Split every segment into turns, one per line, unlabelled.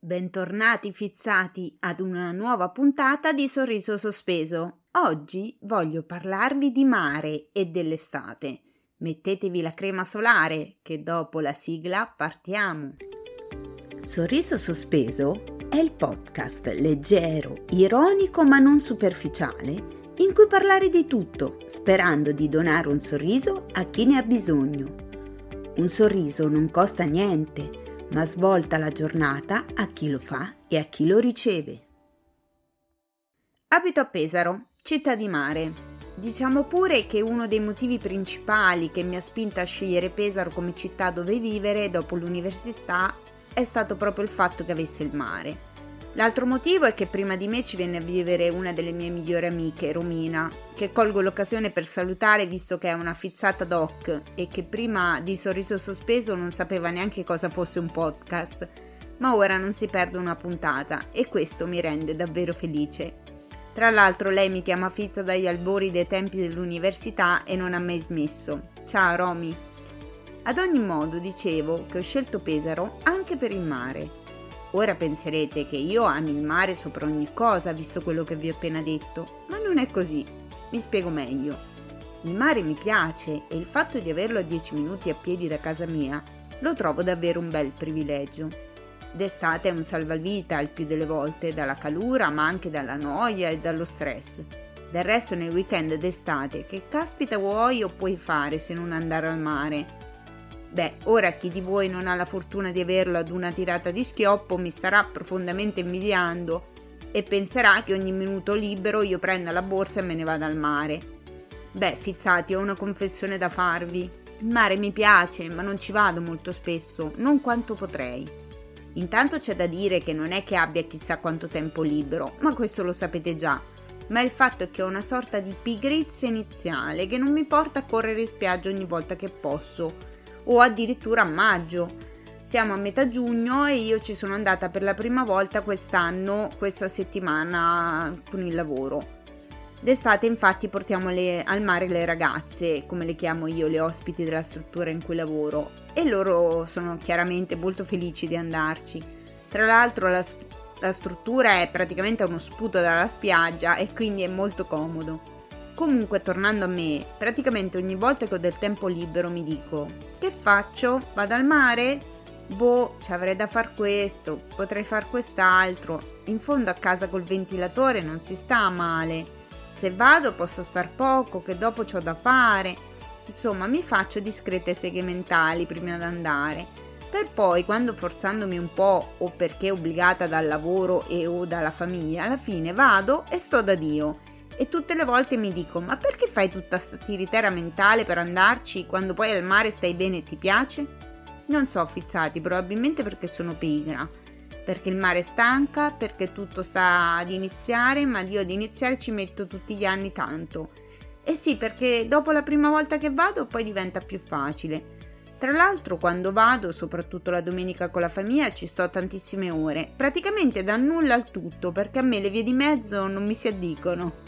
Bentornati fizzati ad una nuova puntata di Sorriso Sospeso. Oggi voglio parlarvi di mare e dell'estate. Mettetevi la crema solare che dopo la sigla partiamo. Sorriso Sospeso è il podcast leggero, ironico ma non superficiale in cui parlare di tutto, sperando di donare un sorriso a chi ne ha bisogno. Un sorriso non costa niente, ma svolta la giornata a chi lo fa e a chi lo riceve. Abito a Pesaro, città di mare. Diciamo pure che uno dei motivi principali che mi ha spinta a scegliere Pesaro come città dove vivere dopo l'università è stato proprio il fatto che avesse il mare. L'altro motivo è che prima di me ci venne a vivere una delle mie migliori amiche, Romina, che colgo l'occasione per salutare visto che è una fizzata doc e che prima di Sorriso Sospeso non sapeva neanche cosa fosse un podcast, ma ora non si perde una puntata e questo mi rende davvero felice. Tra l'altro lei mi chiama Fizza dagli albori dei tempi dell'università e non ha mai smesso. Ciao Romy! Ad ogni modo dicevo che ho scelto Pesaro anche per il mare. Ora penserete che io ami il mare sopra ogni cosa, visto quello che vi ho appena detto, ma non è così. Vi spiego meglio. Il mare mi piace e il fatto di averlo a 10 minuti a piedi da casa mia lo trovo davvero un bel privilegio. D'estate è un salvavita il più delle volte, dalla calura ma anche dalla noia e dallo stress. Del resto nel weekend d'estate che caspita vuoi o puoi fare se non andare al mare? Beh, ora chi di voi non ha la fortuna di averlo ad una tirata di schioppo mi starà profondamente invidiando e penserà che ogni minuto libero io prenda la borsa e me ne vada al mare. Beh, fizzati, ho una confessione da farvi. Il mare mi piace, ma non ci vado molto spesso, non quanto potrei. Intanto c'è da dire che non è che abbia chissà quanto tempo libero, ma questo lo sapete già. Ma il fatto è che ho una sorta di pigrizia iniziale che non mi porta a correre in spiaggia ogni volta che posso, o addirittura a maggio. Siamo a metà giugno e io ci sono andata per la prima volta quest'anno, questa settimana con il lavoro. D'estate infatti portiamo al mare le ragazze, come le chiamo io, le ospiti della struttura in cui lavoro, e loro sono chiaramente molto felici di andarci. Tra l'altro la struttura è praticamente a uno sputo dalla spiaggia e quindi è molto comodo. Comunque, tornando a me, praticamente ogni volta che ho del tempo libero mi dico: che faccio? Vado al mare? Boh, ci avrei da far questo, potrei far quest'altro. In fondo a casa col ventilatore non si sta male. Se vado posso star poco, che dopo c'ho da fare. Insomma, mi faccio discrete seghe mentali prima di andare. Per poi, quando forzandomi un po' o perché obbligata dal lavoro e o dalla famiglia, alla fine vado e sto da Dio. E tutte le volte mi dico: ma perché fai tutta sta tiritera mentale per andarci quando poi al mare stai bene e ti piace? Non so, fizzati, probabilmente perché sono pigra, perché il mare stanca, perché tutto sta ad iniziare, ma io ad iniziare ci metto tutti gli anni tanto. E sì, perché dopo la prima volta che vado poi diventa più facile. Tra l'altro quando vado, soprattutto la domenica con la famiglia, ci sto tantissime ore, praticamente da nulla al tutto, perché a me le vie di mezzo non mi si addicono.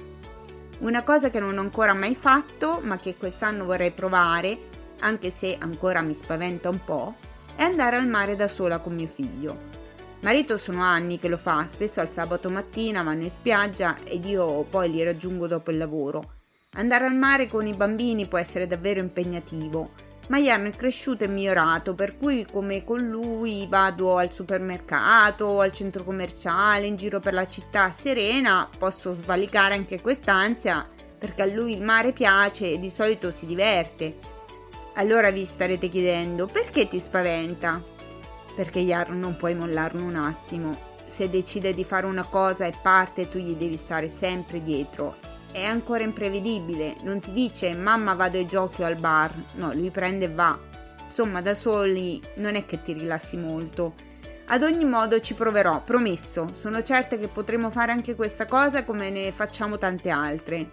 Una cosa che non ho ancora mai fatto, ma che quest'anno vorrei provare, anche se ancora mi spaventa un po', è andare al mare da sola con mio figlio. Marito sono anni che lo fa, spesso al sabato mattina vanno in spiaggia ed io poi li raggiungo dopo il lavoro. Andare al mare con i bambini può essere davvero impegnativo, ma gli hanno cresciuto e migliorato, per cui come con lui vado al supermercato o al centro commerciale, in giro per la città serena, posso svalicare anche quest'ansia perché a lui il mare piace e di solito si diverte. Allora vi starete chiedendo: perché ti spaventa? Perché Iar non puoi mollarlo un attimo. Se decide di fare una cosa e parte, tu gli devi stare sempre dietro. È ancora imprevedibile, non ti dice mamma vado ai giochi o al bar, no, lui prende e va. Insomma, da soli non è che ti rilassi molto. Ad ogni modo ci proverò, promesso. Sono certa che potremo fare anche questa cosa come ne facciamo tante altre.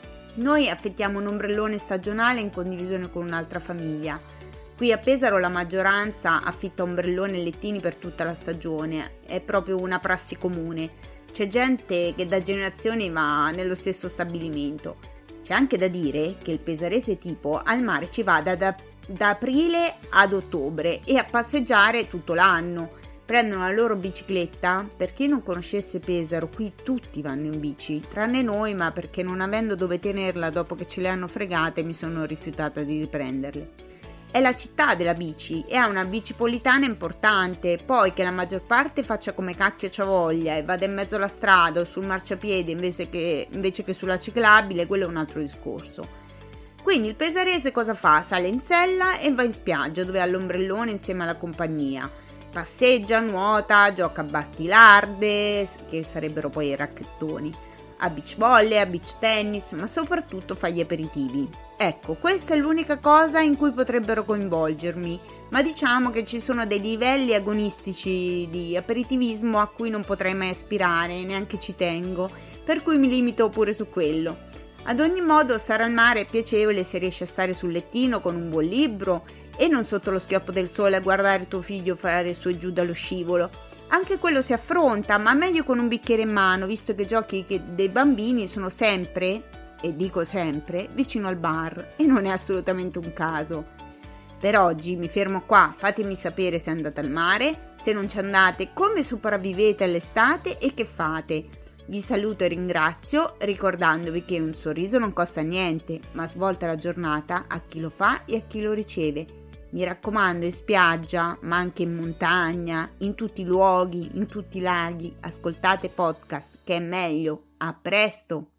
Noi affittiamo un ombrellone stagionale in condivisione con un'altra famiglia. Qui a Pesaro la maggioranza affitta ombrelloni e lettini per tutta la stagione, è proprio una prassi comune. C'è gente che da generazioni va nello stesso stabilimento. C'è anche da dire che il pesarese tipo al mare ci va da aprile ad ottobre e a passeggiare tutto l'anno. prendono la loro bicicletta. Per chi non conoscesse Pesaro, qui tutti vanno in bici, tranne noi, ma perché non avendo dove tenerla dopo che ce le hanno fregate mi sono rifiutata di riprenderle. È la città della bici e ha una bicipolitana importante, poi che la maggior parte faccia come cacchio c'ha voglia e vada in mezzo alla strada o sul marciapiede invece che sulla ciclabile, quello è un altro discorso. Quindi il pesarese cosa fa? Sale in sella e va in spiaggia dove ha l'ombrellone insieme alla compagnia. Passeggia, nuota, gioca a battilarde, che sarebbero poi i racchettoni, a beach volley, a beach tennis, ma soprattutto fa gli aperitivi. Ecco, questa è l'unica cosa in cui potrebbero coinvolgermi, ma diciamo che ci sono dei livelli agonistici di aperitivismo a cui non potrei mai aspirare, neanche ci tengo, per cui mi limito pure su quello. Ad ogni modo, stare al mare è piacevole se riesci a stare sul lettino con un buon libro e non sotto lo schioppo del sole a guardare tuo figlio fare su e giù dallo scivolo. Anche quello si affronta, ma meglio con un bicchiere in mano, visto che i giochi dei bambini sono sempre, e dico sempre, vicino al bar, e non è assolutamente un caso. Per oggi mi fermo qua, fatemi sapere se andate al mare, se non ci andate, come sopravvivete all'estate e che fate. Vi saluto e ringrazio, ricordandovi che un sorriso non costa niente, ma svolta la giornata a chi lo fa e a chi lo riceve. Mi raccomando, in spiaggia, ma anche in montagna, in tutti i luoghi, in tutti i laghi, ascoltate podcast, che è meglio. A presto!